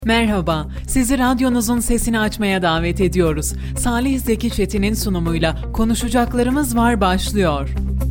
Merhaba, sizi radyonuzun sesini açmaya davet ediyoruz. Salih Zeki Çetin'in sunumuyla Konuşacaklarımız Var başlıyor.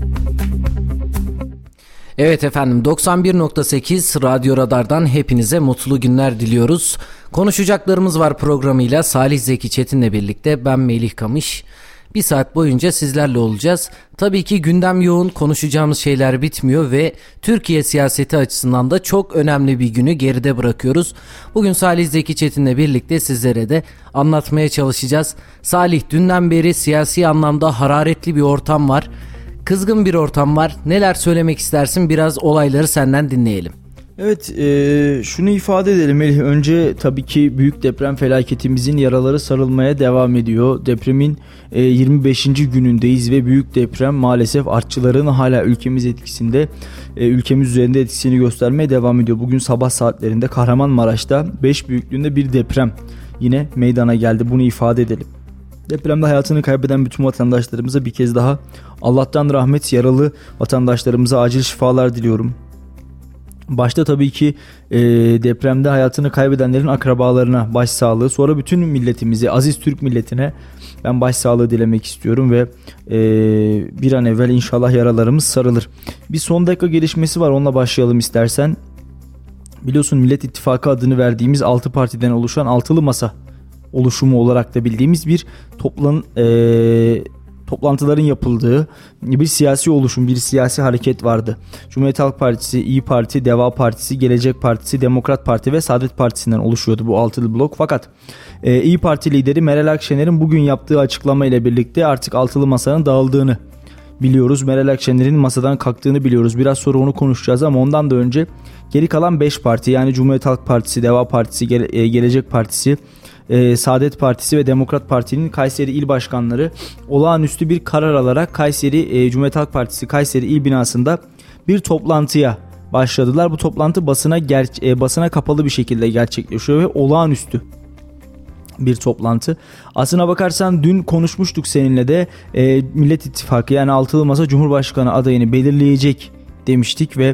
Evet efendim, 91.8 Radyo Radar'dan hepinize mutlu günler diliyoruz. Konuşacaklarımız Var programıyla Salih Zeki Çetin'le birlikte ben Melih Kamış. Bir saat boyunca sizlerle olacağız. Tabii ki gündem yoğun, konuşacağımız şeyler bitmiyor ve Türkiye siyaseti açısından da çok önemli bir günü geride bırakıyoruz. Bugün Salih Zeki Çetin'le birlikte sizlere de anlatmaya çalışacağız. Salih, dünden beri siyasi anlamda hararetli bir ortam var. Kızgın bir ortam var. Neler söylemek istersin? Biraz olayları senden dinleyelim. Evet, şunu ifade edelim Melih. Önce tabii ki büyük deprem felaketimizin yaraları sarılmaya devam ediyor. Depremin 25. günündeyiz ve büyük deprem maalesef artçıların hala ülkemiz etkisinde, ülkemiz üzerinde etkisini göstermeye devam ediyor. Bugün sabah saatlerinde Kahramanmaraş'ta 5 büyüklüğünde bir deprem yine meydana geldi. Bunu ifade edelim. Depremde hayatını kaybeden bütün vatandaşlarımıza bir kez daha Allah'tan rahmet, yaralı vatandaşlarımıza acil şifalar diliyorum. Başta tabii ki depremde hayatını kaybedenlerin akrabalarına başsağlığı, sonra bütün milletimize, aziz Türk milletine ben başsağlığı dilemek istiyorum ve bir an evvel inşallah yaralarımız sarılır. Bir son dakika gelişmesi var, onunla başlayalım istersen. Biliyorsun, Millet İttifakı adını verdiğimiz 6 partiden oluşan altılı masa oluşumu olarak da bildiğimiz bir toplantıların yapıldığı bir siyasi oluşum, bir siyasi hareket vardı. Cumhuriyet Halk Partisi, İYİ Parti, Deva Partisi, Gelecek Partisi, Demokrat Parti ve Saadet Partisi'nden oluşuyordu bu altılı blok. Fakat İYİ Parti lideri Meral Akşener'in bugün yaptığı açıklama ile birlikte artık altılı masanın dağıldığını biliyoruz. Meral Akşener'in masadan kalktığını biliyoruz. Biraz sonra onu konuşacağız ama ondan da önce geri kalan 5 parti, yani Cumhuriyet Halk Partisi, Deva Partisi, Gelecek Partisi, Saadet Partisi ve Demokrat Parti'nin Kayseri İl Başkanları olağanüstü bir karar alarak Kayseri Cumhuriyet Halk Partisi Kayseri İl binasında bir toplantıya başladılar. Bu toplantı basına kapalı bir şekilde gerçekleşiyor ve olağanüstü bir toplantı. Aslına bakarsan dün konuşmuştuk seninle de, Millet İttifakı yani altılı masa Cumhurbaşkanı adayını belirleyecek demiştik ve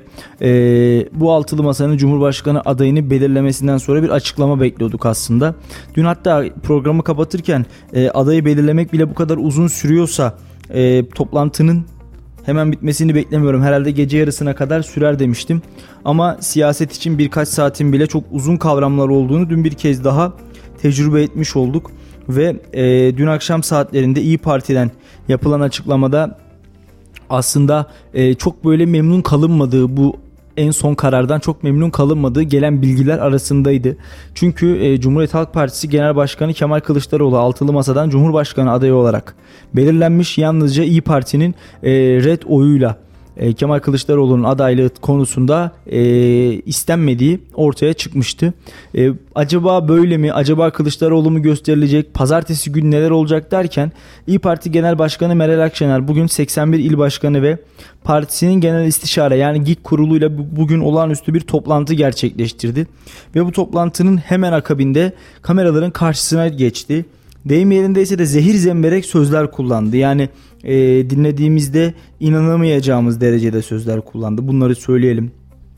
bu altılı masanın Cumhurbaşkanı adayını belirlemesinden sonra bir açıklama bekliyorduk aslında. Dün hatta programı kapatırken adayı belirlemek bile bu kadar uzun sürüyorsa toplantının hemen bitmesini beklemiyorum, herhalde gece yarısına kadar sürer demiştim. Ama siyaset için birkaç saatin bile çok uzun kavramlar olduğunu dün bir kez daha tecrübe etmiş olduk. Ve dün akşam saatlerinde İYİ Parti'den yapılan açıklamada aslında çok böyle memnun kalınmadığı, bu en son karardan çok memnun kalınmadığı gelen bilgiler arasındaydı. Çünkü Cumhuriyet Halk Partisi Genel Başkanı Kemal Kılıçdaroğlu altılı masadan Cumhurbaşkanı adayı olarak belirlenmiş. Yalnızca İYİ Parti'nin red oyuyla Kemal Kılıçdaroğlu'nun adaylığı konusunda istenmediği ortaya çıkmıştı. Acaba böyle mi? Acaba Kılıçdaroğlu mu gösterilecek? Pazartesi günü neler olacak derken İYİ Parti Genel Başkanı Meral Akşener bugün 81 il başkanı ve partisinin genel istişare yani GİK kuruluyla bugün olağanüstü bir toplantı gerçekleştirdi. Ve bu toplantının hemen akabinde kameraların karşısına geçti. Deyim yerindeyse de zehir zemberek sözler kullandı. Yani dinlediğimizde inanamayacağımız derecede sözler kullandı. Bunları söyleyelim.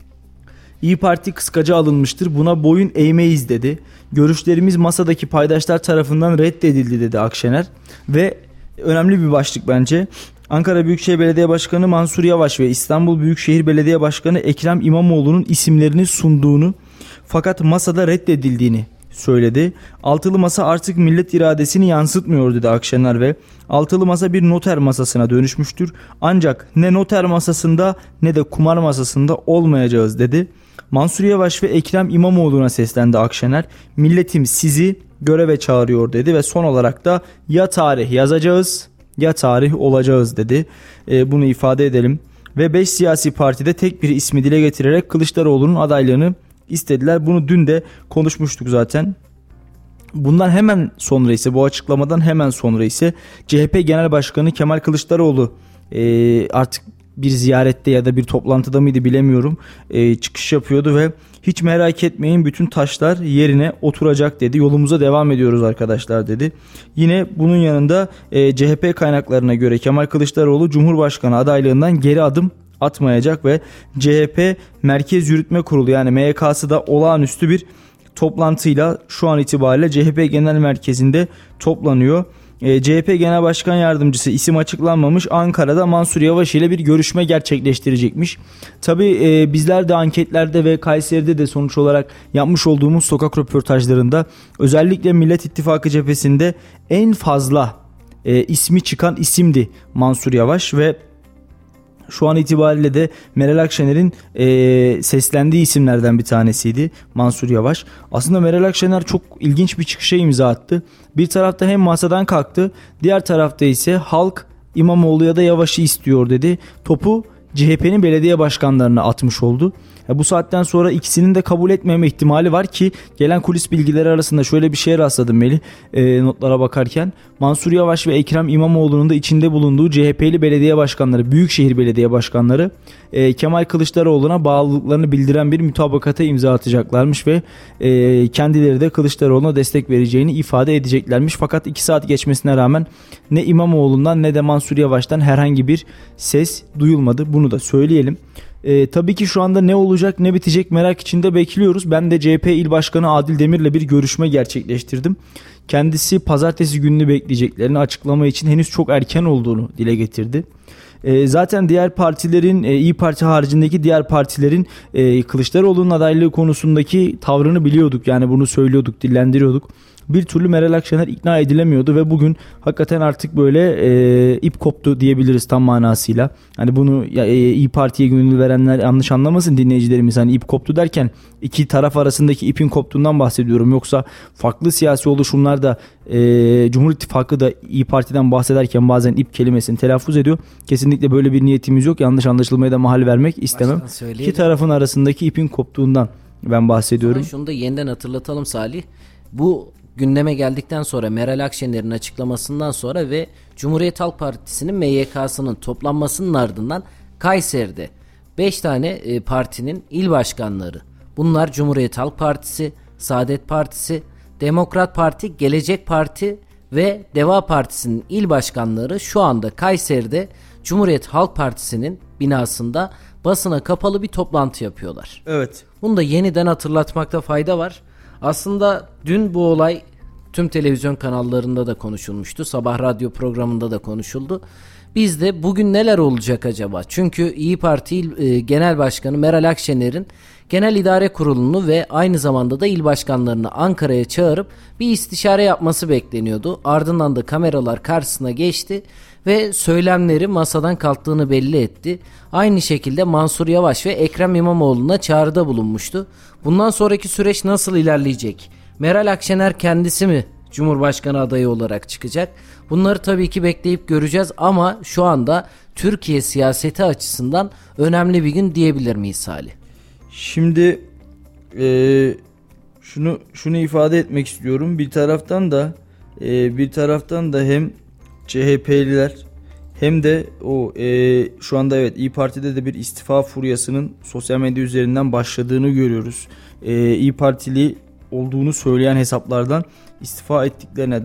İYİ Parti kıskaca alınmıştır. Buna boyun eğmeyiz dedi. Görüşlerimiz masadaki paydaşlar tarafından reddedildi dedi Akşener. Ve önemli bir başlık bence. Ankara Büyükşehir Belediye Başkanı Mansur Yavaş ve İstanbul Büyükşehir Belediye Başkanı Ekrem İmamoğlu'nun isimlerini sunduğunu fakat masada reddedildiğini söyledi. Altılı masa artık millet iradesini yansıtmıyor dedi Akşener ve altılı masa bir noter masasına dönüşmüştür. Ancak ne noter masasında ne de kumar masasında olmayacağız dedi. Mansur Yavaş ve Ekrem İmamoğlu'na seslendi Akşener. Milletim sizi göreve çağırıyor dedi ve son olarak da ya tarih yazacağız ya tarih olacağız dedi. Bunu ifade edelim. Ve 5 siyasi partide tek bir ismi dile getirerek Kılıçdaroğlu'nun adaylığını istediler. Bunu dün de konuşmuştuk zaten. Bundan hemen sonra ise, bu açıklamadan hemen sonra ise CHP Genel Başkanı Kemal Kılıçdaroğlu artık bir ziyarette ya da bir toplantıda mıydı bilemiyorum, çıkış yapıyordu ve hiç merak etmeyin bütün taşlar yerine oturacak dedi. Yolumuza devam ediyoruz arkadaşlar dedi. Yine bunun yanında CHP kaynaklarına göre Kemal Kılıçdaroğlu Cumhurbaşkanı adaylığından geri adım atmayacak ve CHP Merkez Yürütme Kurulu yani MYK'sı da olağanüstü bir toplantıyla şu an itibariyle CHP Genel Merkezi'nde toplanıyor. CHP Genel Başkan Yardımcısı, isim açıklanmamış, Ankara'da Mansur Yavaş ile bir görüşme gerçekleştirecekmiş. Tabii bizler de anketlerde ve Kayseri'de de sonuç olarak yapmış olduğumuz sokak röportajlarında özellikle Millet İttifakı cephesinde en fazla ismi çıkan isimdi Mansur Yavaş ve şu an itibariyle de Meral Akşener'in seslendiği isimlerden bir tanesiydi Mansur Yavaş. Aslında Meral Akşener çok ilginç bir çıkışa imza attı. Bir tarafta hem masadan kalktı, diğer tarafta ise halk İmamoğlu ya da Yavaş'ı istiyor dedi. Topu CHP'nin belediye başkanlarına atmış oldu. Bu saatten sonra ikisinin de kabul etmeme ihtimali var ki gelen kulis bilgileri arasında şöyle bir şeye rastladım Melih, notlara bakarken. Mansur Yavaş ve Ekrem İmamoğlu'nun da içinde bulunduğu CHP'li belediye başkanları, büyükşehir belediye başkanları Kemal Kılıçdaroğlu'na bağlılıklarını bildiren bir mutabakata imza atacaklarmış ve kendileri de Kılıçdaroğlu'na destek vereceğini ifade edeceklermiş. Fakat 2 saat geçmesine rağmen ne İmamoğlu'ndan ne de Mansur Yavaş'tan herhangi bir ses duyulmadı. Bunu da söyleyelim. Tabii ki şu anda ne olacak ne bitecek merak içinde bekliyoruz. Ben de CHP İl Başkanı Adil Demir'le bir görüşme gerçekleştirdim. Kendisi pazartesi gününü bekleyeceklerini, açıklama için henüz çok erken olduğunu dile getirdi. Zaten diğer partilerin, İYİ Parti haricindeki diğer partilerin Kılıçdaroğlu'nun adaylığı konusundaki tavrını biliyorduk. Yani bunu söylüyorduk, dillendiriyorduk. Bir türlü Meral Akşener ikna edilemiyordu ve bugün hakikaten artık böyle ip koptu diyebiliriz tam manasıyla. Hani bunu İYİ Parti'ye gönül verenler yanlış anlamasın dinleyicilerimiz. Hani ip koptu derken iki taraf arasındaki ipin koptuğundan bahsediyorum. Yoksa farklı siyasi oluşumlar da Cumhur İttifakı da İYİ Parti'den bahsederken bazen ip kelimesini telaffuz ediyor. Kesinlikle böyle bir niyetimiz yok. Yanlış anlaşılmaya da mahal vermek istemem. İki tarafın arasındaki ipin koptuğundan ben bahsediyorum. Şunu da yeniden hatırlatalım Salih. Bu gündeme geldikten sonra Meral Akşener'in açıklamasından sonra ve Cumhuriyet Halk Partisi'nin MYK'sının toplanmasının ardından Kayseri'de 5 tane partinin il başkanları, bunlar Cumhuriyet Halk Partisi, Saadet Partisi, Demokrat Parti, Gelecek Parti ve Deva Partisi'nin il başkanları şu anda Kayseri'de Cumhuriyet Halk Partisi'nin binasında basına kapalı bir toplantı yapıyorlar. Evet. Bunu da yeniden hatırlatmakta fayda var. Aslında dün bu olay tüm televizyon kanallarında da konuşulmuştu. Sabah radyo programında da konuşuldu. Biz de bugün neler olacak acaba? Çünkü İYİ Parti Genel Başkanı Meral Akşener'in Genel İdare Kurulu'nu ve aynı zamanda da il başkanlarını Ankara'ya çağırıp bir istişare yapması bekleniyordu. Ardından da kameralar karşısına geçti ve söylemleri masadan kalktığını belli etti. Aynı şekilde Mansur Yavaş ve Ekrem İmamoğlu'na çağrıda bulunmuştu. Bundan sonraki süreç nasıl ilerleyecek? Meral Akşener kendisi mi Cumhurbaşkanı adayı olarak çıkacak? Bunları tabii ki bekleyip göreceğiz ama şu anda Türkiye siyaseti açısından önemli bir gün diyebilir miyiz Salih? Şimdi şunu ifade etmek istiyorum. Bir taraftan da hem CHP'liler hem de şu anda evet İYİ Parti'de de bir istifa furyasının sosyal medya üzerinden başladığını görüyoruz. İYİ Partili olduğunu söyleyen hesaplardan istifa ettiklerine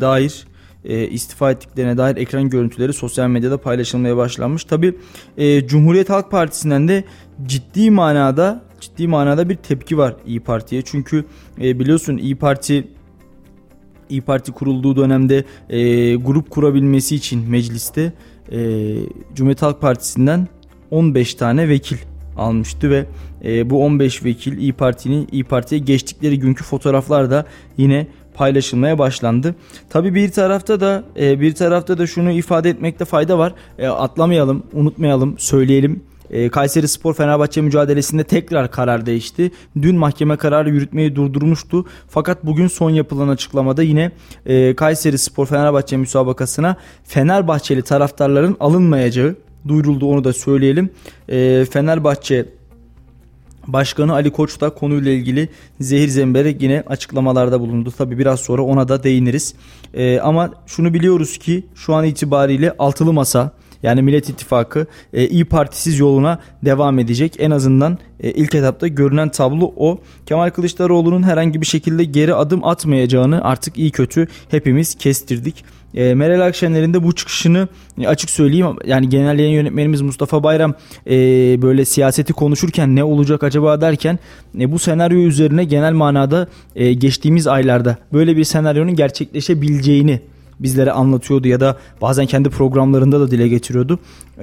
dair ekran görüntüleri sosyal medyada paylaşılmaya başlanmış. Tabii Cumhuriyet Halk Partisi'nden de ciddi manada bir tepki var İYİ Parti'ye. Çünkü biliyorsun İYİ Parti kurulduğu dönemde grup kurabilmesi için mecliste Cumhuriyet Halk Partisi'nden 15 tane vekil almıştı ve bu 15 vekil İYİ Parti'ye geçtikleri günkü fotoğraflar da yine paylaşılmaya başlandı. Tabii bir tarafta da şunu ifade etmekte fayda var. Atlamayalım, unutmayalım, söyleyelim. Kayseri Spor Fenerbahçe mücadelesinde tekrar karar değişti. Dün mahkeme kararı yürütmeyi durdurmuştu. Fakat bugün son yapılan açıklamada yine Kayseri Spor Fenerbahçe müsabakasına Fenerbahçeli taraftarların alınmayacağı duyuruldu, onu da söyleyelim. Fenerbahçe Başkanı Ali Koç da konuyla ilgili zehir zemberek yine açıklamalarda bulundu. Tabii biraz sonra ona da değiniriz. Ama şunu biliyoruz ki şu an itibariyle altılı masa, Yani Millet İttifakı İYİ Partisiz yoluna devam edecek. En azından ilk etapta görünen tablo o. Kemal Kılıçdaroğlu'nun herhangi bir şekilde geri adım atmayacağını artık iyi kötü hepimiz kestirdik. Meral Akşener'in de bu çıkışını açık söyleyeyim, yani genel yayın yönetmenimiz Mustafa Bayram böyle siyaseti konuşurken ne olacak acaba derken bu senaryo üzerine genel manada geçtiğimiz aylarda böyle bir senaryonun gerçekleşebileceğini bizlere anlatıyordu ya da bazen kendi programlarında da dile getiriyordu.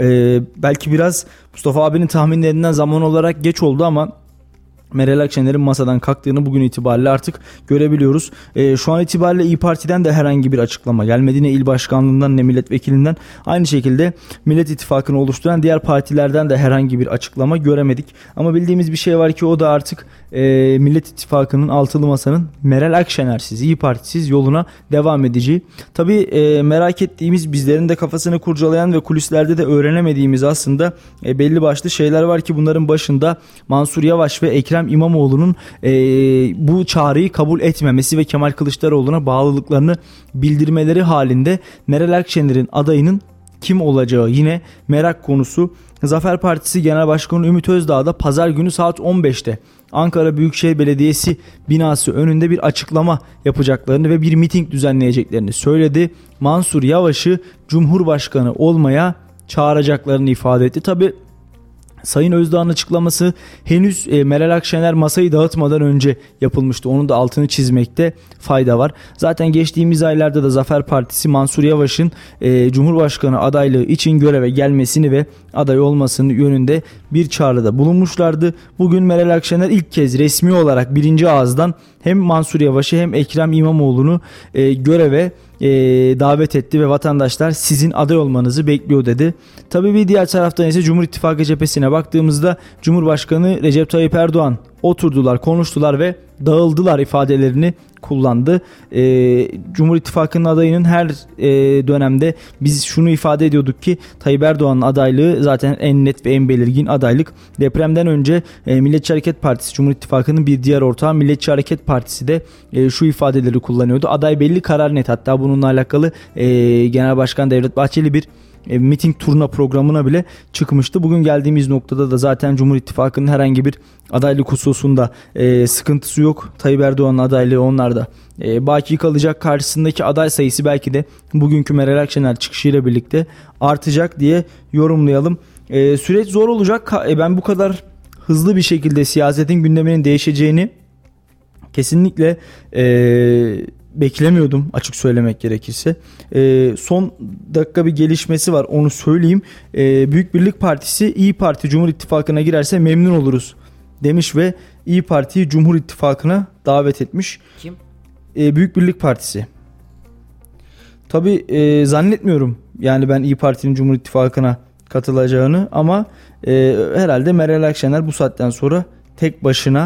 Belki biraz Mustafa abinin tahminlerinden zaman olarak geç oldu ama Meral Akşener'in masadan kalktığını bugün itibariyle artık görebiliyoruz. Şu an itibariyle İYİ Parti'den de herhangi bir açıklama gelmedi. Ne il başkanlığından ne milletvekilinden. Aynı şekilde Millet İttifakı'nı oluşturan diğer partilerden de herhangi bir açıklama göremedik. Ama bildiğimiz bir şey var ki o da artık Millet İttifakı'nın altılı masanın Meral Akşener'siz, İYİ Partisiz yoluna devam edeceği. Tabii merak ettiğimiz, bizlerin de kafasını kurcalayan ve kulislerde de öğrenemediğimiz aslında belli başlı şeyler var ki bunların başında Mansur Yavaş ve Ekrem İmamoğlu'nun bu çağrıyı kabul etmemesi ve Kemal Kılıçdaroğlu'na bağlılıklarını bildirmeleri halinde Meral Akşener'in adayının kim olacağı yine merak konusu. Zafer Partisi Genel Başkanı Ümit Özdağ da pazar günü saat 15'te Ankara Büyükşehir Belediyesi binası önünde bir açıklama yapacaklarını ve bir miting düzenleyeceklerini söyledi. Mansur Yavaş'ı Cumhurbaşkanı olmaya çağıracaklarını ifade etti. Tabii Sayın Özdağ'ın açıklaması henüz Meral Akşener masayı dağıtmadan önce yapılmıştı. Onun da altını çizmekte fayda var. Zaten geçtiğimiz aylarda da Zafer Partisi Mansur Yavaş'ın Cumhurbaşkanı adaylığı için göreve gelmesini ve aday olmasının yönünde bir çağrıda bulunmuşlardı. Bugün Meral Akşener ilk kez resmi olarak birinci ağızdan hem Mansur Yavaş'ı hem Ekrem İmamoğlu'nu göreve davet etti ve vatandaşlar sizin aday olmanızı bekliyor dedi. Tabii bir diğer taraftan ise Cumhur İttifakı cephesine baktığımızda Cumhurbaşkanı Recep Tayyip Erdoğan oturdular, konuştular ve dağıldılar ifadelerini kullandı. Cumhur İttifakı'nın adayının her dönemde biz şunu ifade ediyorduk ki Tayyip Erdoğan'ın adaylığı zaten en net ve en belirgin adaylık. Depremden önce Milliyetçi Hareket Partisi, Cumhur İttifakı'nın bir diğer ortağı Milliyetçi Hareket Partisi de şu ifadeleri kullanıyordu. Aday belli, karar net. Hatta bununla alakalı Genel Başkan Devlet Bahçeli bir miting turuna programına bile çıkmıştı. Bugün geldiğimiz noktada da zaten Cumhur İttifakı'nın herhangi bir adaylık hususunda sıkıntısı yok. Tayyip Erdoğan'ın adaylığı onlarda baki kalacak. Karşısındaki aday sayısı belki de bugünkü Meral Akşener çıkışıyla birlikte artacak diye yorumlayalım. Süreç zor olacak. Ben bu kadar hızlı bir şekilde siyasetin gündeminin değişeceğini kesinlikle beklemiyordum, açık söylemek gerekirse. Son dakika bir gelişmesi var, onu söyleyeyim. Büyük Birlik Partisi İYİ Parti Cumhur İttifakı'na girerse memnun oluruz demiş ve İYİ Parti'yi Cumhur İttifakı'na davet etmiş. Kim? Büyük Birlik Partisi. Tabii zannetmiyorum yani ben İYİ Parti'nin Cumhur İttifakı'na katılacağını ama herhalde Meral Akşener bu saatten sonra tek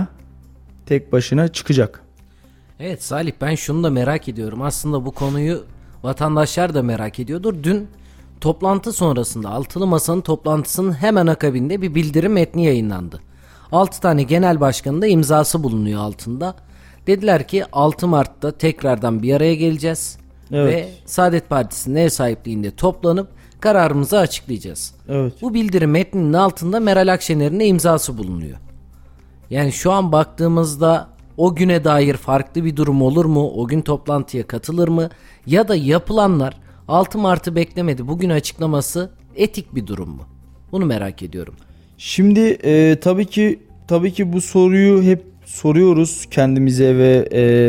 başına çıkacak. Evet Salih, ben şunu da merak ediyorum. Aslında bu konuyu vatandaşlar da merak ediyordur. Dün toplantı sonrasında Altılı Masa'nın toplantısının hemen akabinde bir bildirim metni yayınlandı. 6 tane genel başkanın da imzası bulunuyor altında. Dediler ki 6 Mart'ta tekrardan bir araya geleceğiz. Evet. Ve Saadet Partisi'nin ev sahipliğinde toplanıp kararımızı açıklayacağız. Evet. Bu bildirim metninin altında Meral Akşener'in de imzası bulunuyor. Yani şu an baktığımızda o güne dair farklı bir durum olur mu? O gün toplantıya katılır mı? Ya da yapılanlar 6 Mart'ı beklemedi, bugün açıklaması etik bir durum mu? Bunu merak ediyorum. Şimdi tabii ki bu soruyu hep soruyoruz kendimize ve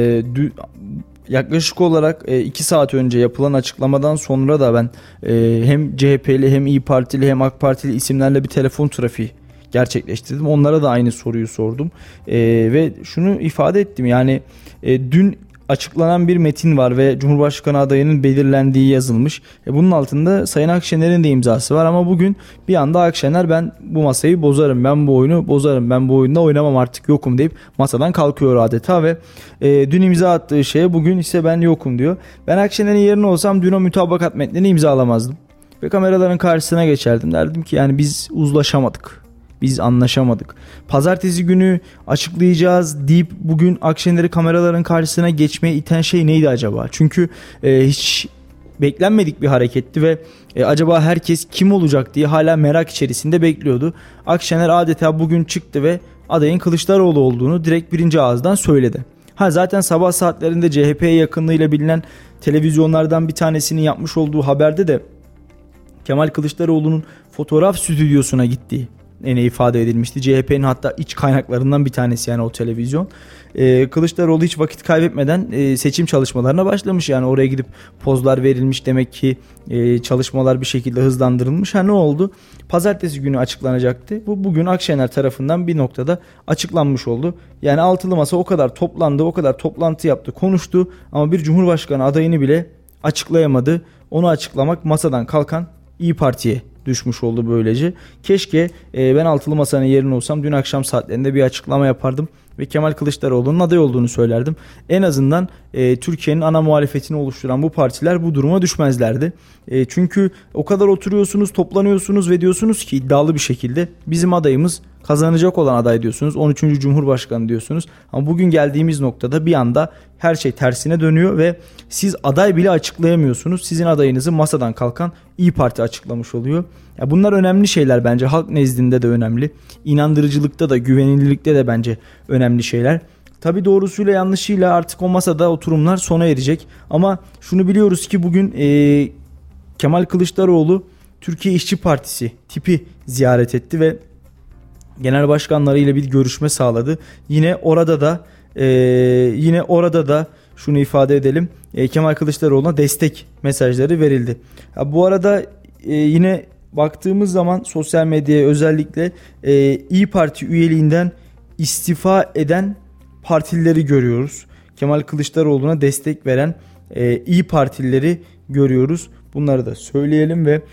yaklaşık olarak 2 saat önce yapılan açıklamadan sonra da ben hem CHP'li hem İYİ Partili hem AK Partili isimlerle bir telefon trafiği gerçekleştirdim. Onlara da aynı soruyu sordum ve şunu ifade ettim, yani dün açıklanan bir metin var ve Cumhurbaşkanı adayının belirlendiği yazılmış. Bunun altında Sayın Akşener'in de imzası var ama bugün bir anda Akşener ben bu masayı bozarım, ben bu oyunu bozarım, ben bu oyunda oynamam, artık yokum deyip masadan kalkıyor adeta ve dün imza attığı şeye bugün ise ben yokum diyor. Ben Akşener'in yerine olsam dün o mütabakat metnini imzalamazdım ve kameraların karşısına geçerdim, derdim ki yani biz uzlaşamadık. Biz anlaşamadık. Pazartesi günü açıklayacağız deyip bugün Akşener'i kameraların karşısına geçmeye iten şey neydi acaba? Çünkü hiç beklenmedik bir hareketti ve acaba herkes kim olacak diye hala merak içerisinde bekliyordu. Akşener adeta bugün çıktı ve adayın Kılıçdaroğlu olduğunu direkt birinci ağızdan söyledi. Zaten sabah saatlerinde CHP'ye yakınlığıyla bilinen televizyonlardan bir tanesinin yapmış olduğu haberde de Kemal Kılıçdaroğlu'nun fotoğraf stüdyosuna gittiği ifade edilmişti. CHP'nin hatta iç kaynaklarından bir tanesi yani o televizyon. Kılıçdaroğlu hiç vakit kaybetmeden seçim çalışmalarına başlamış. Yani oraya gidip pozlar verilmiş, demek ki çalışmalar bir şekilde hızlandırılmış. Ne oldu? Pazartesi günü açıklanacaktı. Bu bugün Akşener tarafından bir noktada açıklanmış oldu. Yani altılı masa o kadar toplandı, o kadar toplantı yaptı, konuştu ama bir cumhurbaşkanı adayını bile açıklayamadı. Onu açıklamak masadan kalkan İYİ Parti'ye düşmüş oldu böylece. Keşke ben altılı masanın yerine olsam dün akşam saatlerinde bir açıklama yapardım ve Kemal Kılıçdaroğlu'nun aday olduğunu söylerdim. En azından Türkiye'nin ana muhalefetini oluşturan bu partiler bu duruma düşmezlerdi. Çünkü o kadar oturuyorsunuz, toplanıyorsunuz ve diyorsunuz ki iddialı bir şekilde bizim adayımız kazanacak olan aday diyorsunuz. 13. Cumhurbaşkanı diyorsunuz. Ama bugün geldiğimiz noktada bir anda her şey tersine dönüyor ve siz aday bile açıklayamıyorsunuz. Sizin adayınızı masadan kalkan İYİ Parti açıklamış oluyor. Ya bunlar önemli şeyler bence. Halk nezdinde de önemli. İnandırıcılıkta da, güvenilirlikte de bence önemli şeyler. Tabii doğrusuyla yanlışıyla artık o masada oturumlar sona erecek. Ama şunu biliyoruz ki bugün Kemal Kılıçdaroğlu Türkiye İşçi Partisi tipi ziyaret etti ve genel başkanlarıyla bir görüşme sağladı. Yine orada da şunu ifade edelim. Kemal Kılıçdaroğlu'na destek mesajları verildi. Bu arada yine baktığımız zaman sosyal medyaya özellikle İYİ Parti üyeliğinden istifa eden partilileri görüyoruz. Kemal Kılıçdaroğlu'na destek veren İYİ Partilileri görüyoruz. Bunları da söyleyelim ve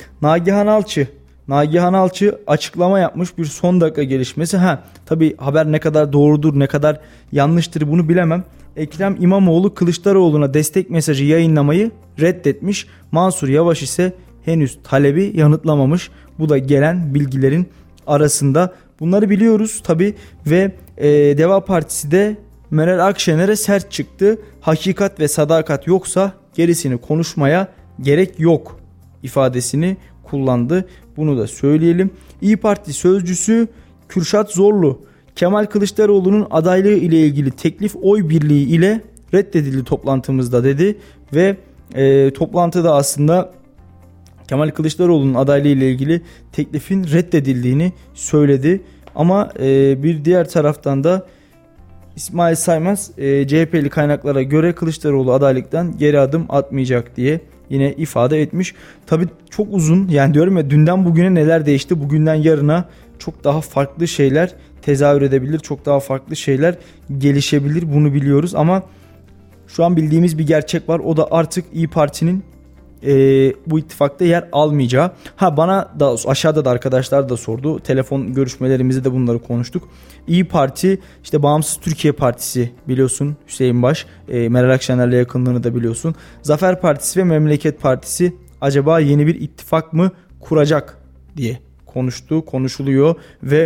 Nagihan Alçı açıklama yapmış, bir son dakika gelişmesi. Tabii haber ne kadar doğrudur, ne kadar yanlıştır bunu bilemem. Ekrem İmamoğlu Kılıçdaroğlu'na destek mesajı yayınlamayı reddetmiş. Mansur Yavaş ise henüz talebi yanıtlamamış. Bu da gelen bilgilerin arasında. Bunları biliyoruz tabii ve Deva Partisi de Meral Akşener'e sert çıktı. Hakikat ve sadakat yoksa gerisini konuşmaya gerek yok ifadesini kullandı. Bunu da söyleyelim. İYİ Parti sözcüsü Kürşat Zorlu, Kemal Kılıçdaroğlu'nun adaylığı ile ilgili teklif oy birliği ile reddedildi toplantımızda dedi ve toplantıda aslında Kemal Kılıçdaroğlu'nun adaylığı ile ilgili teklifin reddedildiğini söyledi. Ama bir diğer taraftan da İsmail Saymaz CHP'li kaynaklara göre Kılıçdaroğlu adaylıktan geri adım atmayacak diye yine ifade etmiş. Tabii çok uzun, yani diyorum ya, dünden bugüne neler değişti, bugünden yarına çok daha farklı şeyler tezahür edebilir, çok daha farklı şeyler gelişebilir, bunu biliyoruz ama şu an bildiğimiz bir gerçek var, o da artık İYİ Parti'nin bu ittifakta yer almayacağı. Bana da aşağıda da arkadaşlar da sordu. Telefon görüşmelerimizde de bunları konuştuk. İYİ Parti, işte Bağımsız Türkiye Partisi biliyorsun, Hüseyin Baş, Meral Akşener'le yakınlığını da biliyorsun. Zafer Partisi ve Memleket Partisi acaba yeni bir ittifak mı kuracak diye konuşuluyor ve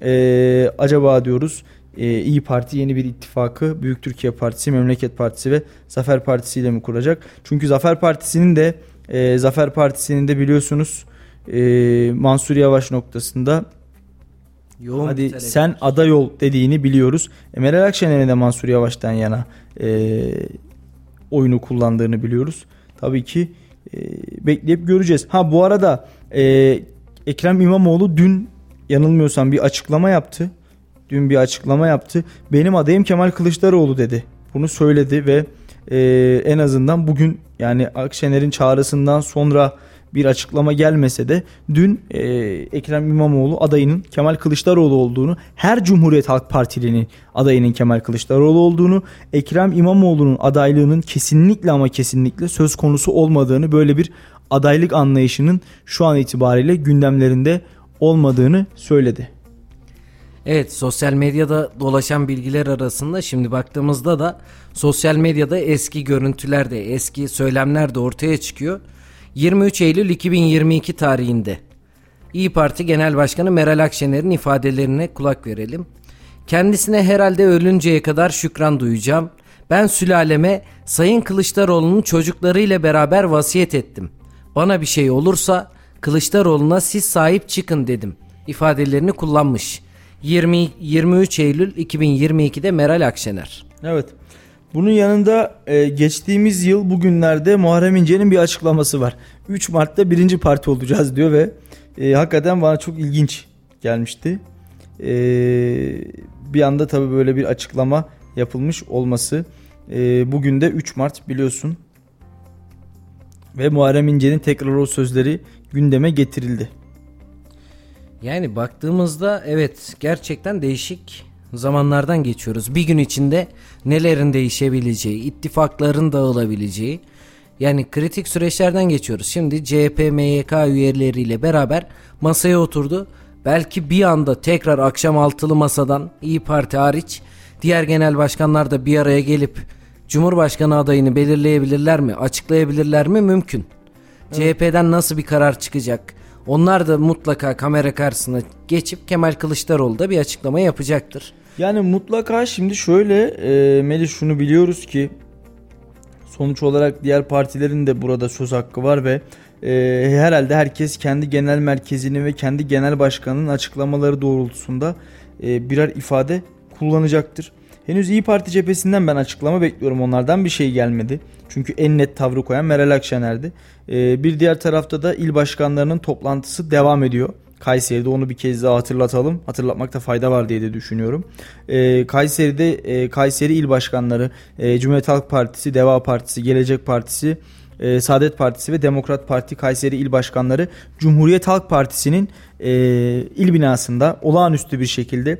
acaba diyoruz İYİ Parti yeni bir ittifakı Büyük Türkiye Partisi, Memleket Partisi ve Zafer Partisi ile mi kuracak? Çünkü Zafer Partisi'nin de biliyorsunuz Mansur Yavaş noktasında yoğun hadi sen aday ol dediğini biliyoruz. Meral Akşener'in de Mansur Yavaş'tan yana oyunu kullandığını biliyoruz. Tabii ki bekleyip göreceğiz. Bu arada Ekrem İmamoğlu dün yanılmıyorsam bir açıklama yaptı. Benim adayım Kemal Kılıçdaroğlu dedi. Bunu söyledi ve en azından bugün, yani Akşener'in çağrısından sonra bir açıklama gelmese de dün Ekrem İmamoğlu adayının Kemal Kılıçdaroğlu olduğunu, her Cumhuriyet Halk Partili'nin adayının Kemal Kılıçdaroğlu olduğunu, Ekrem İmamoğlu'nun adaylığının kesinlikle ama kesinlikle söz konusu olmadığını, böyle bir adaylık anlayışının şu an itibariyle gündemlerinde olmadığını söyledi. Evet, sosyal medyada dolaşan bilgiler arasında şimdi baktığımızda da sosyal medyada eski görüntüler de, eski söylemler de ortaya çıkıyor. 23 Eylül 2022 tarihinde İYİ Parti Genel Başkanı Meral Akşener'in ifadelerine kulak verelim. Kendisine herhalde ölünceye kadar şükran duyacağım. Ben sülaleme Sayın Kılıçdaroğlu'nun çocuklarıyla beraber vasiyet ettim. Bana bir şey olursa Kılıçdaroğlu'na siz sahip çıkın dedim ifadelerini kullanmış. 23 Eylül 2022'de Meral Akşener. Evet. Bunun yanında geçtiğimiz yıl bugünlerde Muharrem İnce'nin bir açıklaması var. 3 Mart'ta 1. parti olacağız diyor ve hakikaten bana çok ilginç gelmişti. Bir anda tabii böyle bir açıklama yapılmış olması. Bugün de 3 Mart biliyorsun. Ve Muharrem İnce'nin tekrar o sözleri gündeme getirildi. Yani baktığımızda evet gerçekten değişik zamanlardan geçiyoruz. Bir gün içinde nelerin değişebileceği, ittifakların dağılabileceği, yani kritik süreçlerden geçiyoruz. Şimdi CHP, MYK üyeleriyle beraber masaya oturdu. Belki bir anda tekrar akşam altılı masadan İYİ Parti hariç diğer genel başkanlar da bir araya gelip Cumhurbaşkanı adayını belirleyebilirler mi, açıklayabilirler mi? Mümkün. Evet. CHP'den nasıl bir karar çıkacak? Onlar da mutlaka kamera karşısına geçip Kemal Kılıçdaroğlu da bir açıklama yapacaktır. Yani mutlaka şimdi şöyle Melih, şunu biliyoruz ki sonuç olarak diğer partilerin de burada söz hakkı var ve herhalde herkes kendi genel merkezini ve kendi genel başkanının açıklamaları doğrultusunda birer ifade kullanacaktır. Henüz İYİ Parti cephesinden ben açıklama bekliyorum. Onlardan bir şey gelmedi. Çünkü en net tavrı koyan Meral Akşener'di. Bir diğer tarafta da il başkanlarının toplantısı devam ediyor. Kayseri'de, onu bir kez daha hatırlatalım. Hatırlatmakta fayda var diye de düşünüyorum. Kayseri'de Kayseri il başkanları Cumhuriyet Halk Partisi, Deva Partisi, Gelecek Partisi, Saadet Partisi ve Demokrat Parti Kayseri il başkanları Cumhuriyet Halk Partisi'nin il binasında olağanüstü bir şekilde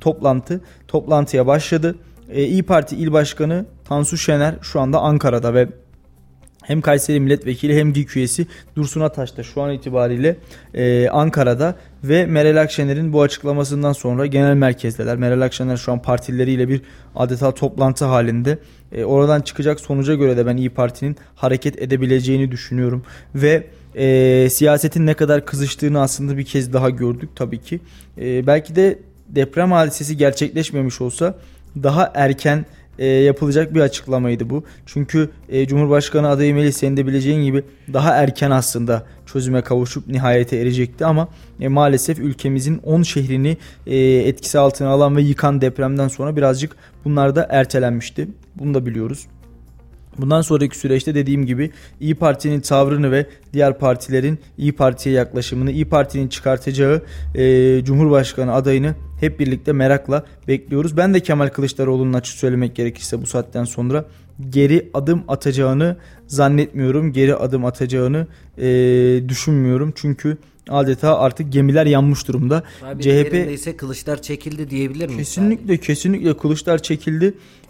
toplantıya başladı. İYİ Parti İl Başkanı Tansu Şener şu anda Ankara'da ve hem Kayseri Milletvekili hem GİK üyesi Dursun Ataş da şu an itibariyle Ankara'da ve Meral Akşener'in bu açıklamasından sonra genel merkezdeler. Meral Akşener şu an partileriyle bir adeta toplantı halinde. Oradan çıkacak sonuca göre de ben İYİ Parti'nin hareket edebileceğini düşünüyorum ve siyasetin ne kadar kızıştığını aslında bir kez daha gördük tabii ki. Belki de deprem hadisesi gerçekleşmemiş olsa daha erken yapılacak bir açıklamaydı bu. Çünkü Cumhurbaşkanı adayı Melih, senin de bileceğin gibi daha erken aslında çözüme kavuşup nihayete erecekti ama maalesef ülkemizin 10 şehrini etkisi altına alan ve yıkan depremden sonra birazcık bunlar da ertelenmişti. Bunu da biliyoruz. Bundan sonraki süreçte dediğim gibi İYİ Parti'nin tavrını ve diğer partilerin İYİ Parti'ye yaklaşımını, İYİ Parti'nin çıkartacağı Cumhurbaşkanı adayını hep birlikte merakla bekliyoruz. Ben de Kemal Kılıçdaroğlu'nun açık söylemek gerekirse bu saatten sonra geri adım atacağını zannetmiyorum. Geri adım atacağını düşünmüyorum. Çünkü adeta artık gemiler yanmış durumda. Abi CHP ise Kılıçlar çekildi diyebilir miyiz? Kesinlikle Kılıçlar çekildi.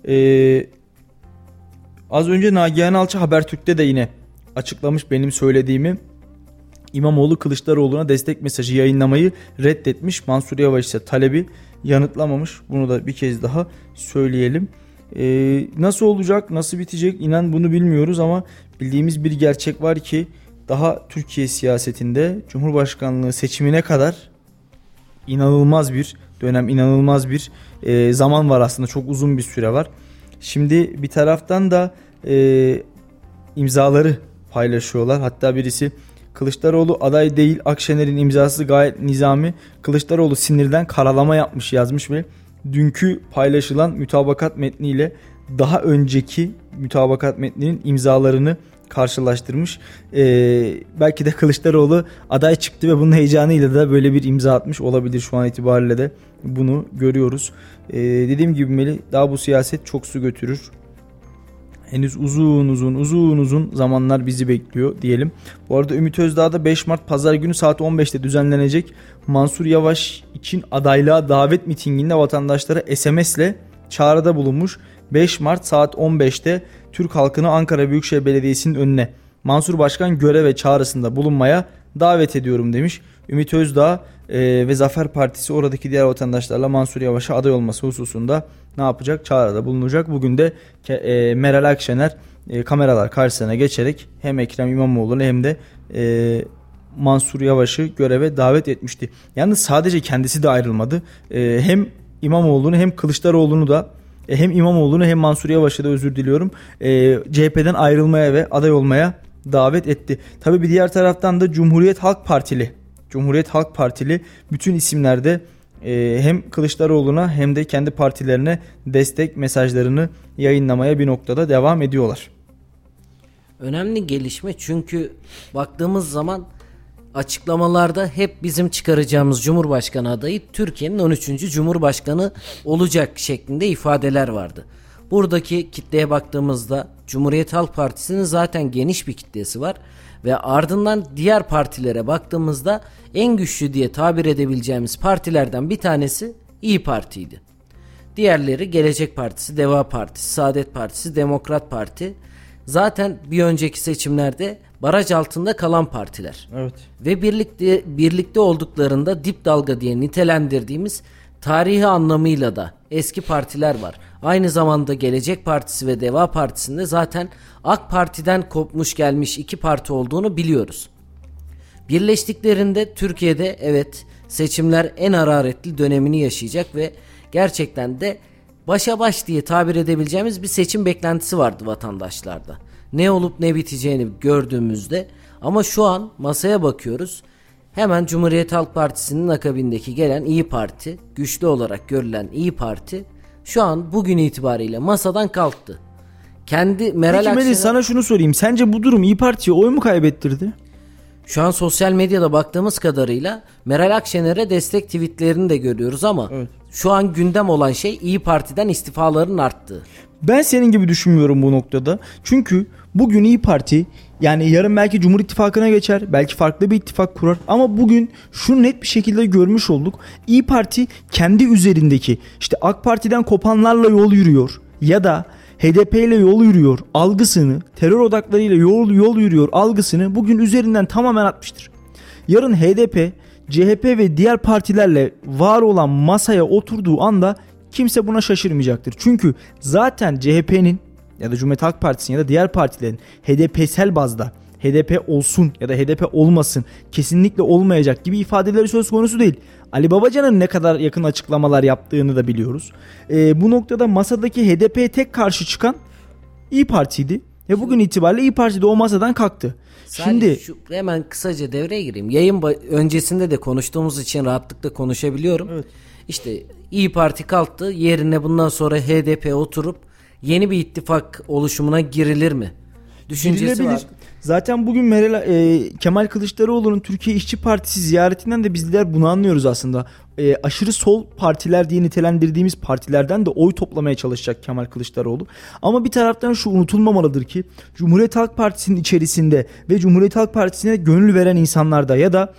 Az önce Nagihan Alçı Habertürk'te de yine açıklamış benim söylediğimi. İmamoğlu Kılıçdaroğlu'na destek mesajı yayınlamayı reddetmiş. Mansur Yavaş ise talebi yanıtlamamış. Bunu da bir kez daha söyleyelim. Nasıl olacak, nasıl bitecek inan bunu bilmiyoruz ama bildiğimiz bir gerçek var ki daha Türkiye siyasetinde Cumhurbaşkanlığı seçimine kadar inanılmaz bir dönem, inanılmaz bir zaman var aslında. Çok uzun bir süre var. Şimdi bir taraftan da imzaları paylaşıyorlar. Hatta birisi Kılıçdaroğlu aday değil, Akşener'in imzası gayet nizami. Kılıçdaroğlu sinirden karalama yapmış yazmış ve dünkü paylaşılan mütabakat metniyle daha önceki mütabakat metninin imzalarını karşılaştırmış. Belki de Kılıçdaroğlu aday çıktı ve bunun heyecanıyla da böyle bir imza atmış olabilir, şu an itibariyle de bunu görüyoruz. Dediğim gibi Melih, daha bu siyaset çok su götürür. Henüz uzun zamanlar bizi bekliyor diyelim. Bu arada Ümit Özdağ'da 5 Mart Pazar günü saat 15'te düzenlenecek Mansur Yavaş için adaylığa davet mitinginde vatandaşlara SMS'le çağrıda bulunmuş. 5 Mart saat 15'te Türk halkını Ankara Büyükşehir Belediyesi'nin önüne Mansur Başkan göreve çağrısında bulunmaya davet ediyorum demiş. Ümit Özdağ ve Zafer Partisi oradaki diğer vatandaşlarla Mansur Yavaş'a aday olması hususunda ne yapacak? Çağrıda bulunacak. Bugün de Meral Akşener kameralar karşısına geçerek hem Ekrem İmamoğlu'nu hem de Mansur Yavaş'ı göreve davet etmişti. Yalnız sadece kendisi de ayrılmadı. Hem İmamoğlu'nu hem Kılıçdaroğlu'nu da hem İmamoğlu'nu hem Mansur Yavaş'ı da özür diliyorum CHP'den ayrılmaya ve aday olmaya davet etti. Tabii bir diğer taraftan da Cumhuriyet Halk Partili bütün isimlerde hem Kılıçdaroğlu'na hem de kendi partilerine destek mesajlarını yayınlamaya bir noktada devam ediyorlar. Önemli gelişme, çünkü baktığımız zaman açıklamalarda hep bizim çıkaracağımız Cumhurbaşkanı adayı Türkiye'nin 13. Cumhurbaşkanı olacak şeklinde ifadeler vardı. Buradaki kitleye baktığımızda Cumhuriyet Halk Partisi'nin zaten geniş bir kitlesi var ve ardından diğer partilere baktığımızda en güçlü diye tabir edebileceğimiz partilerden bir tanesi İYİ Parti'ydi. Diğerleri Gelecek Partisi, Deva Partisi, Saadet Partisi, Demokrat Parti. Zaten bir önceki seçimlerde baraj altında kalan partiler. Evet. Ve birlikte olduklarında dip dalga diye nitelendirdiğimiz tarihi anlamıyla da eski partiler var. Aynı zamanda Gelecek Partisi ve Deva Partisi'nde zaten AK Parti'den kopmuş gelmiş iki parti olduğunu biliyoruz. Birleştiklerinde Türkiye'de evet seçimler en hararetli dönemini yaşayacak ve gerçekten de başa baş diye tabir edebileceğimiz bir seçim beklentisi vardı vatandaşlarda. Ne olup ne biteceğini gördüğümüzde, ama şu an masaya bakıyoruz. Hemen Cumhuriyet Halk Partisi'nin akabindeki gelen İYİ Parti, güçlü olarak görülen İYİ Parti şu an bugün itibariyle masadan kalktı. Kendi Meral Peki Melih, sana şunu sorayım. Sence bu durum İYİ Parti'ye oy mu kaybettirdi? Şu an sosyal medyada baktığımız kadarıyla Meral Akşener'e destek tweetlerini de görüyoruz ama evet, şu an gündem olan şey İYİ Parti'den istifaların arttığı. Ben senin gibi düşünmüyorum bu noktada. Çünkü bugün İYİ Parti, yani yarın belki Cumhur İttifakı'na geçer, belki farklı bir ittifak kurar, ama bugün şunu net bir şekilde görmüş olduk. İYİ Parti kendi üzerindeki işte AK Parti'den kopanlarla yol yürüyor ya da HDP ile yol yürüyor algısını, terör odaklarıyla yol yürüyor algısını bugün üzerinden tamamen atmıştır. Yarın HDP, CHP ve diğer partilerle var olan masaya oturduğu anda kimse buna şaşırmayacaktır. Çünkü zaten CHP'nin ya da Cumhuriyet Halk Partisi'nin ya da diğer partilerin HDP'sel bazda HDP olsun ya da HDP olmasın, kesinlikle olmayacak gibi ifadeleri söz konusu değil. Ali Babacan'ın ne kadar yakın açıklamalar yaptığını da biliyoruz. Bu noktada masadaki HDP'ye tek karşı çıkan İYİ Parti'ydi. Ve bugün itibariyle İYİ Parti de o masadan kalktı. Şimdi hemen kısaca devreye gireyim. Yayın öncesinde de konuştuğumuz için rahatlıkla konuşabiliyorum. Evet. İşte İYİ Parti kalktı. Yerine bundan sonra HDP oturup yeni bir ittifak oluşumuna girilir mi düşüncesi var. Zaten bugün Kemal Kılıçdaroğlu'nun Türkiye İşçi Partisi ziyaretinden de bizler bunu anlıyoruz aslında. Aşırı sol partiler diye nitelendirdiğimiz partilerden de oy toplamaya çalışacak Kemal Kılıçdaroğlu. Ama bir taraftan şu unutulmamalıdır ki Cumhuriyet Halk Partisi'nin içerisinde ve Cumhuriyet Halk Partisi'ne gönül veren insanlarda ya da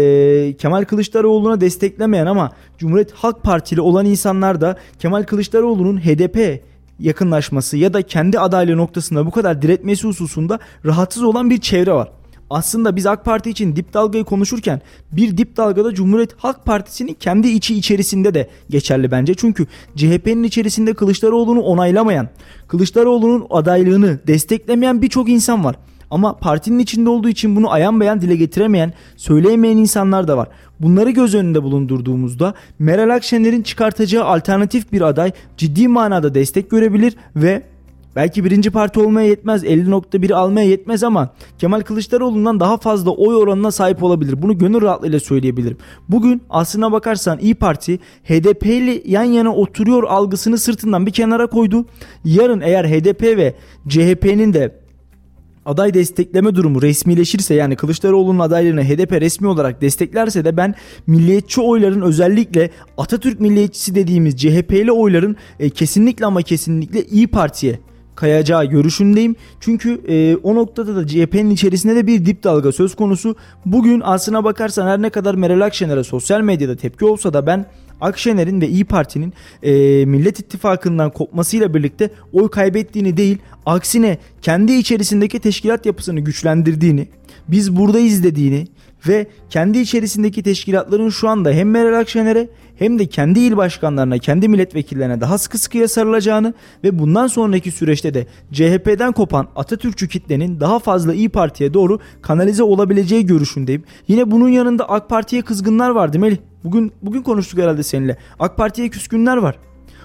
Kemal Kılıçdaroğlu'na desteklemeyen ama Cumhuriyet Halk Partili olan insanlar da Kemal Kılıçdaroğlu'nun HDP yakınlaşması ya da kendi adaylığı noktasında bu kadar diretmesi hususunda rahatsız olan bir çevre var. Aslında biz AK Parti için dip dalgayı konuşurken bir dip dalgada Cumhuriyet Halk Partisi'nin kendi içerisinde de geçerli bence. Çünkü CHP'nin içerisinde Kılıçdaroğlu'nu onaylamayan, Kılıçdaroğlu'nun adaylığını desteklemeyen birçok insan var. Ama partinin içinde olduğu için bunu ayan beyan dile getiremeyen, söyleyemeyen insanlar da var. Bunları göz önünde bulundurduğumuzda Meral Akşener'in çıkartacağı alternatif bir aday ciddi manada destek görebilir ve belki birinci parti olmaya yetmez, 50.1 almaya yetmez ama Kemal Kılıçdaroğlu'ndan daha fazla oy oranına sahip olabilir. Bunu gönül rahatlığıyla söyleyebilirim. Bugün aslına bakarsan İYİ Parti HDP ile yan yana oturuyor algısını sırtından bir kenara koydu. Yarın eğer HDP ve CHP'nin de aday destekleme durumu resmileşirse, yani Kılıçdaroğlu'nun adaylığını HDP resmi olarak desteklerse de ben milliyetçi oyların, özellikle Atatürk milliyetçisi dediğimiz CHP'li oyların kesinlikle ama kesinlikle İYİ Parti'ye kayacağı görüşündeyim. Çünkü o noktada da CHP'nin içerisinde de bir dip dalga söz konusu. Bugün aslına bakarsan her ne kadar Meral Akşener'e sosyal medyada tepki olsa da ben Akşener'in ve İYİ Parti'nin Millet İttifakı'ndan kopmasıyla birlikte oy kaybettiğini değil, aksine kendi içerisindeki teşkilat yapısını güçlendirdiğini, biz buradayız dediğini ve kendi içerisindeki teşkilatların şu anda hem Meral Akşener'e hem de kendi il başkanlarına, kendi milletvekillerine daha sıkıya sarılacağını ve bundan sonraki süreçte de CHP'den kopan Atatürkçü kitlenin daha fazla İYİ Parti'ye doğru kanalize olabileceği görüşündeyim. Yine bunun yanında AK Parti'ye kızgınlar vardı Melih. Bugün konuştuk herhalde seninle. AK Parti'ye küskünler var.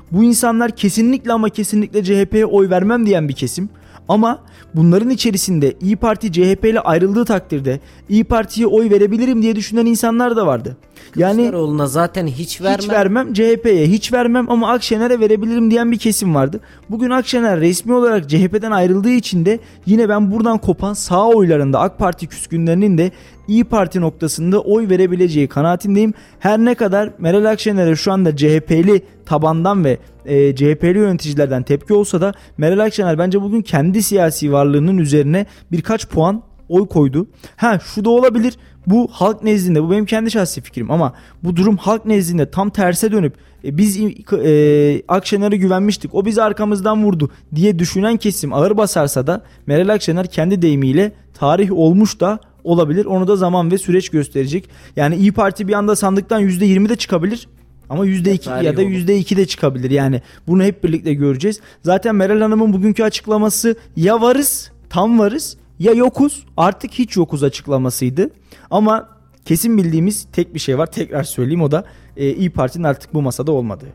Bu insanlar kesinlikle ama kesinlikle CHP'ye oy vermem diyen bir kesim. Ama bunların içerisinde İYİ Parti CHP ile ayrıldığı takdirde İYİ Parti'ye oy verebilirim diye düşünen insanlar da vardı. Yani Kılıçdaroğlu'na zaten hiç vermem, CHP'ye hiç vermem ama Akşener'e verebilirim diyen bir kesim vardı. Bugün Akşener resmi olarak CHP'den ayrıldığı için de yine ben buradan kopan sağ oylarında AK Parti küskünlerinin de İYİ Parti noktasında oy verebileceği kanaatindeyim. Her ne kadar Meral Akşener'e şu anda CHP'li tabandan ve CHP'li yöneticilerden tepki olsa da Meral Akşener bence bugün kendi siyasi varlığının üzerine birkaç puan oy koydu. Şu da olabilir. Bu halk nezdinde, bu benim kendi şahsi fikrim ama bu durum halk nezdinde tam terse dönüp biz Akşener'e güvenmiştik, o bizi arkamızdan vurdu diye düşünen kesim ağır basarsa da Meral Akşener kendi deyimiyle tarih olmuş da olabilir. Onu da zaman ve süreç gösterecek. Yani İYİ Parti bir anda sandıktan %20 de çıkabilir. Ama %2 ya da %2 de çıkabilir. Yani bunu hep birlikte göreceğiz. Zaten Meral Hanım'ın bugünkü açıklaması ya varız, tam varız ya yokuz, artık hiç yokuz açıklamasıydı. Ama kesin bildiğimiz tek bir şey var. Tekrar söyleyeyim, o da İYİ Parti'nin artık bu masada olmadığı.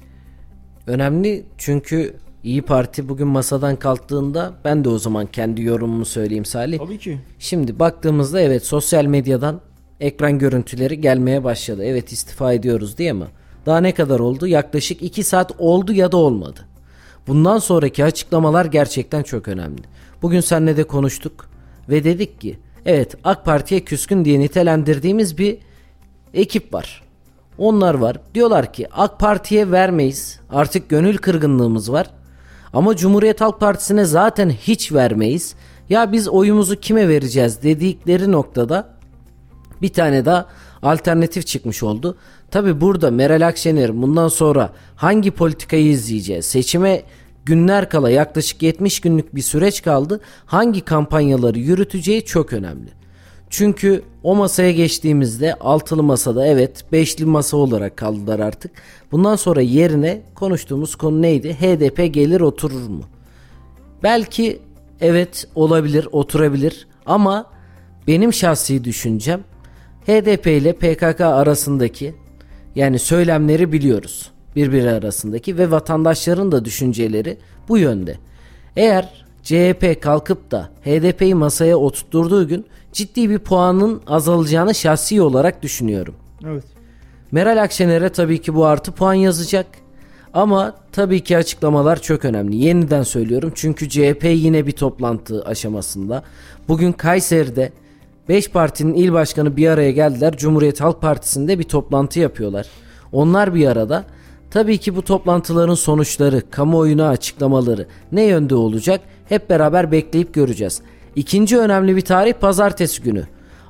Önemli, çünkü İYİ Parti bugün masadan kalktığında ben de o zaman kendi yorumumu söyleyeyim Salih. Tabii ki. Şimdi baktığımızda evet, sosyal medyadan ekran görüntüleri gelmeye başladı. Evet, istifa ediyoruz diye mi? Daha ne kadar oldu? Yaklaşık 2 saat oldu ya da olmadı. Bundan sonraki açıklamalar gerçekten çok önemli. Bugün seninle de konuştuk ve dedik ki evet, AK Parti'ye küskün diye nitelendirdiğimiz bir ekip var. Onlar var. Diyorlar ki AK Parti'ye vermeyiz. Artık gönül kırgınlığımız var. Ama Cumhuriyet Halk Partisi'ne zaten hiç vermeyiz. Ya biz oyumuzu kime vereceğiz dedikleri noktada bir tane daha alternatif çıkmış oldu. Tabi burada Meral Akşener bundan sonra hangi politikayı izleyeceğiz? Seçime günler kala, yaklaşık 70 günlük bir süreç kaldı. Hangi kampanyaları yürüteceği çok önemli. Çünkü o masaya geçtiğimizde altılı masada evet beşli masa olarak kaldılar artık. Bundan sonra yerine konuştuğumuz konu neydi? HDP gelir oturur mu? Belki evet olabilir, oturabilir ama benim şahsi düşüncem HDP ile PKK arasındaki, yani söylemleri biliyoruz birbiri arasındaki ve vatandaşların da düşünceleri bu yönde. Eğer CHP kalkıp da HDP'yi masaya oturtturduğu gün ciddi bir puanın azalacağını şahsi olarak düşünüyorum. Evet. Meral Akşener'e tabii ki bu artı puan yazacak. Ama tabii ki açıklamalar çok önemli. Yeniden söylüyorum, çünkü CHP yine bir toplantı aşamasında. Bugün Kayseri'de 5 partinin il başkanı bir araya geldiler. Cumhuriyet Halk Partisi'nde bir toplantı yapıyorlar. Onlar bir arada. Tabii ki bu toplantıların sonuçları, kamuoyuna açıklamaları ne yönde olacak? Hep beraber bekleyip göreceğiz. İkinci önemli bir tarih pazartesi günü.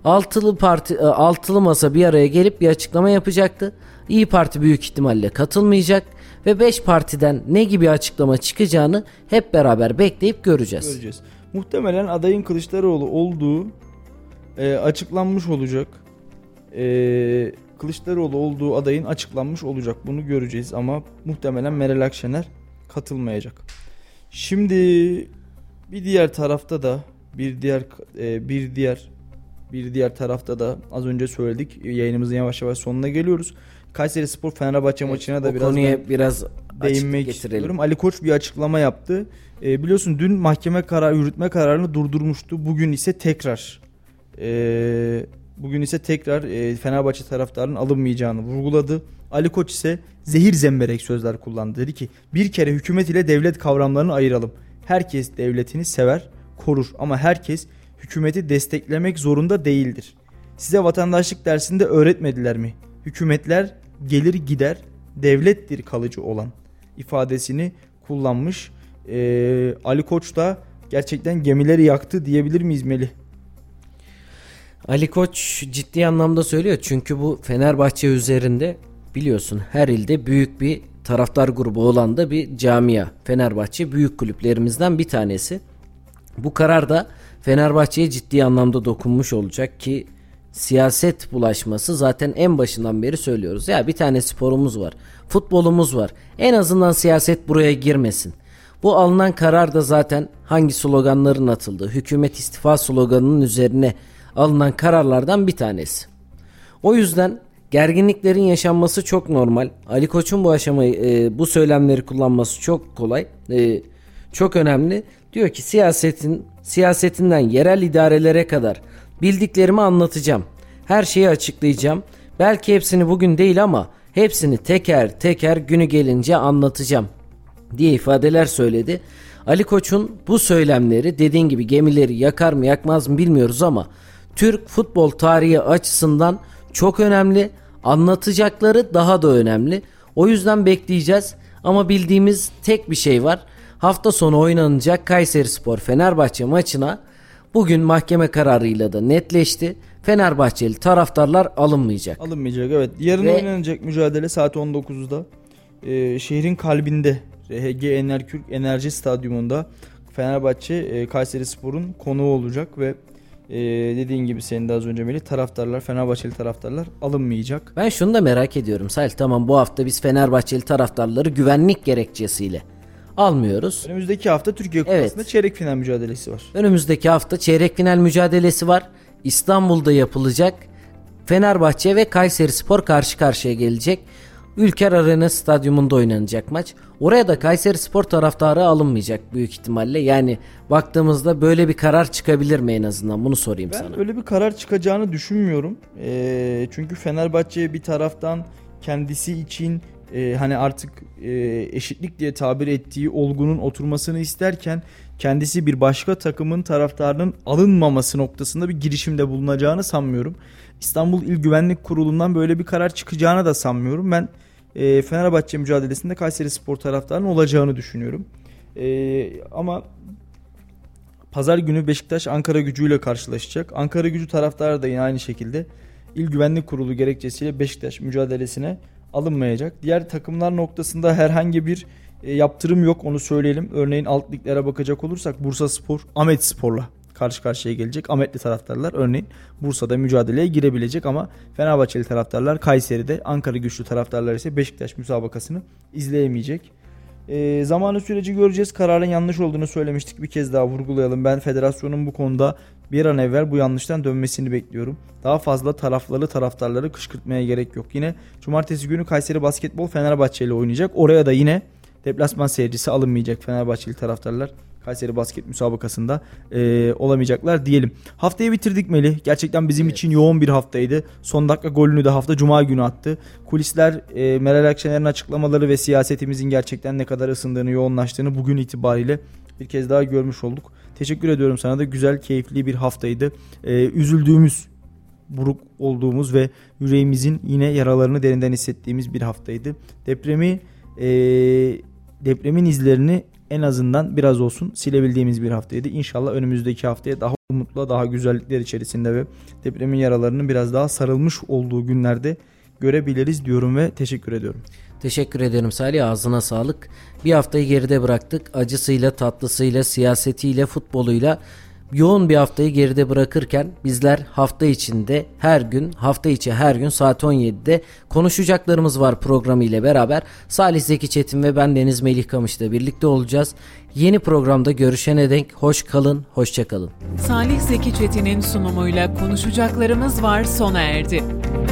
Altılı masa bir araya gelip bir açıklama yapacaktı. İYİ Parti büyük ihtimalle katılmayacak ve 5 partiden ne gibi açıklama çıkacağını hep beraber bekleyip göreceğiz. Muhtemelen adayın Kılıçdaroğlu olduğu açıklanmış olacak. Kılıçdaroğlu olduğu adayın açıklanmış olacak. Bunu göreceğiz ama muhtemelen Meral Akşener katılmayacak. Şimdi bir diğer tarafta da bir diğer tarafta da az önce söyledik. Yayınımızın yavaş yavaş sonuna geliyoruz. Kayserispor Fenerbahçe maçına da biraz değinmek istiyorum. Ali Koç bir açıklama yaptı. Biliyorsun dün mahkeme yürütme kararını durdurmuştu. Bugün ise tekrar Fenerbahçe taraftarının alınmayacağını vurguladı. Ali Koç ise zehir zemberek sözler kullandı. Dedi ki bir kere hükümet ile devlet kavramlarını ayıralım. Herkes devletini sever, korur ama herkes hükümeti desteklemek zorunda değildir. Size vatandaşlık dersinde öğretmediler mi? Hükümetler gelir gider, devlettir kalıcı olan ifadesini kullanmış. Ali Koç da gerçekten gemileri yaktı diyebilir miyiz Melih? Ali Koç ciddi anlamda söylüyor, çünkü bu Fenerbahçe üzerinde biliyorsun her ilde büyük bir taraftar grubu olan da bir camia. Fenerbahçe büyük kulüplerimizden bir tanesi. Bu karar da Fenerbahçe'ye ciddi anlamda dokunmuş olacak ki siyaset bulaşması zaten en başından beri söylüyoruz. Ya bir tane sporumuz var, futbolumuz var. En azından siyaset buraya girmesin. Bu alınan karar da zaten hangi sloganların atıldığı, hükümet istifa sloganının üzerine alınan kararlardan bir tanesi. O yüzden Gerginliklerin yaşanması çok normal. Ali Koç'un bu aşamayı, bu söylemleri kullanması çok kolay, çok önemli. Diyor ki siyasetinden yerel idarelere kadar bildiklerimi anlatacağım. Her şeyi açıklayacağım. Belki hepsini bugün değil ama hepsini teker teker günü gelince anlatacağım diye ifadeler söyledi. Ali Koç'un bu söylemleri, dediğin gibi, gemileri yakar mı yakmaz mı bilmiyoruz ama Türk futbol tarihi açısından çok önemli. Anlatacakları daha da önemli. O yüzden bekleyeceğiz ama bildiğimiz tek bir şey var. Hafta sonu oynanacak Kayserispor Fenerbahçe maçına bugün mahkeme kararıyla da netleşti. Fenerbahçeli taraftarlar alınmayacak. Alınmayacak, evet. Yarın oynanacak mücadele saat 19'da. Şehrin kalbinde RHG Enerkürk Enerji Stadyumunda Fenerbahçe Kayserispor'un konuğu olacak ve dediğin gibi senin de az önce Melih, Fenerbahçeli taraftarlar alınmayacak. Ben şunu da merak ediyorum Salih, tamam bu hafta biz Fenerbahçeli taraftarları güvenlik gerekçesiyle almıyoruz. Önümüzdeki hafta Türkiye Kupası'nda çeyrek final mücadelesi var. Önümüzdeki hafta çeyrek final mücadelesi var. İstanbul'da yapılacak. Fenerbahçe ve Kayserispor karşı karşıya gelecek. Ülker Arena Stadyumunda oynanacak maç. Oraya da Kayserispor taraftarı alınmayacak büyük ihtimalle. Yani baktığımızda böyle bir karar çıkabilir mi, en azından bunu sorayım sana. Ben öyle bir karar çıkacağını düşünmüyorum. Çünkü Fenerbahçe bir taraftan kendisi için hani artık eşitlik diye tabir ettiği olgunun oturmasını isterken kendisi bir başka takımın taraftarının alınmaması noktasında bir girişimde bulunacağını sanmıyorum. İstanbul İl Güvenlik Kurulu'ndan böyle bir karar çıkacağını da sanmıyorum. Ben Fenerbahçe mücadelesinde Kayserispor taraftarının olacağını düşünüyorum. Ama pazar günü Beşiktaş Ankara Gücü'yle karşılaşacak. Ankara Gücü taraftarı da yine aynı şekilde İl Güvenlik Kurulu gerekçesiyle Beşiktaş mücadelesine alınmayacak. Diğer takımlar noktasında herhangi bir yaptırım yok, onu söyleyelim. Örneğin alt liglere bakacak olursak Bursaspor Ahmetspor'la karşı karşıya gelecek. Ahmetli taraftarlar örneğin Bursa'da mücadeleye girebilecek ama Fenerbahçeli taraftarlar Kayseri'de, Ankara Güçlü taraftarlar ise Beşiktaş müsabakasını izleyemeyecek. Zamanı süreci göreceğiz. Kararın yanlış olduğunu söylemiştik. Bir kez daha vurgulayalım. Ben federasyonun bu konuda bir an evvel bu yanlıştan dönmesini bekliyorum. Daha fazla taraftarları kışkırtmaya gerek yok. Yine cumartesi günü Kayseri Basketbol Fenerbahçe ile oynayacak. Oraya da yine deplasman seyircisi alınmayacak. Fenerbahçeli taraftarlar Kayseri Basket müsabakasında olamayacaklar diyelim. Haftayı bitirdik Melih. Gerçekten bizim için yoğun bir haftaydı. Son dakika golünü de hafta Cuma günü attı. Kulisler, Meral Akşener'in açıklamaları ve siyasetimizin gerçekten ne kadar ısındığını, yoğunlaştığını bugün itibariyle bir kez daha görmüş olduk. Teşekkür ediyorum sana da. Güzel, keyifli bir haftaydı. Üzüldüğümüz, buruk olduğumuz ve yüreğimizin yine yaralarını derinden hissettiğimiz bir haftaydı. Depremin izlerini en azından biraz olsun silebildiğimiz bir haftaydı. İnşallah önümüzdeki haftaya daha umutlu, daha güzellikler içerisinde ve depremin yaralarının biraz daha sarılmış olduğu günlerde görebiliriz diyorum ve teşekkür ediyorum. Teşekkür ederim Salih, ağzına sağlık. Bir haftayı geride bıraktık. Acısıyla, tatlısıyla, siyasetiyle, futboluyla yoğun bir haftayı geride bırakırken bizler hafta içinde hafta içi her gün saat 17'de konuşacaklarımız var programı ile beraber Salih Zeki Çetin ve ben Deniz Melih Kamış'la birlikte olacağız. Yeni programda görüşene dek hoş kalın, hoşça kalın. Salih Zeki Çetin'in sunumuyla konuşacaklarımız var sona erdi.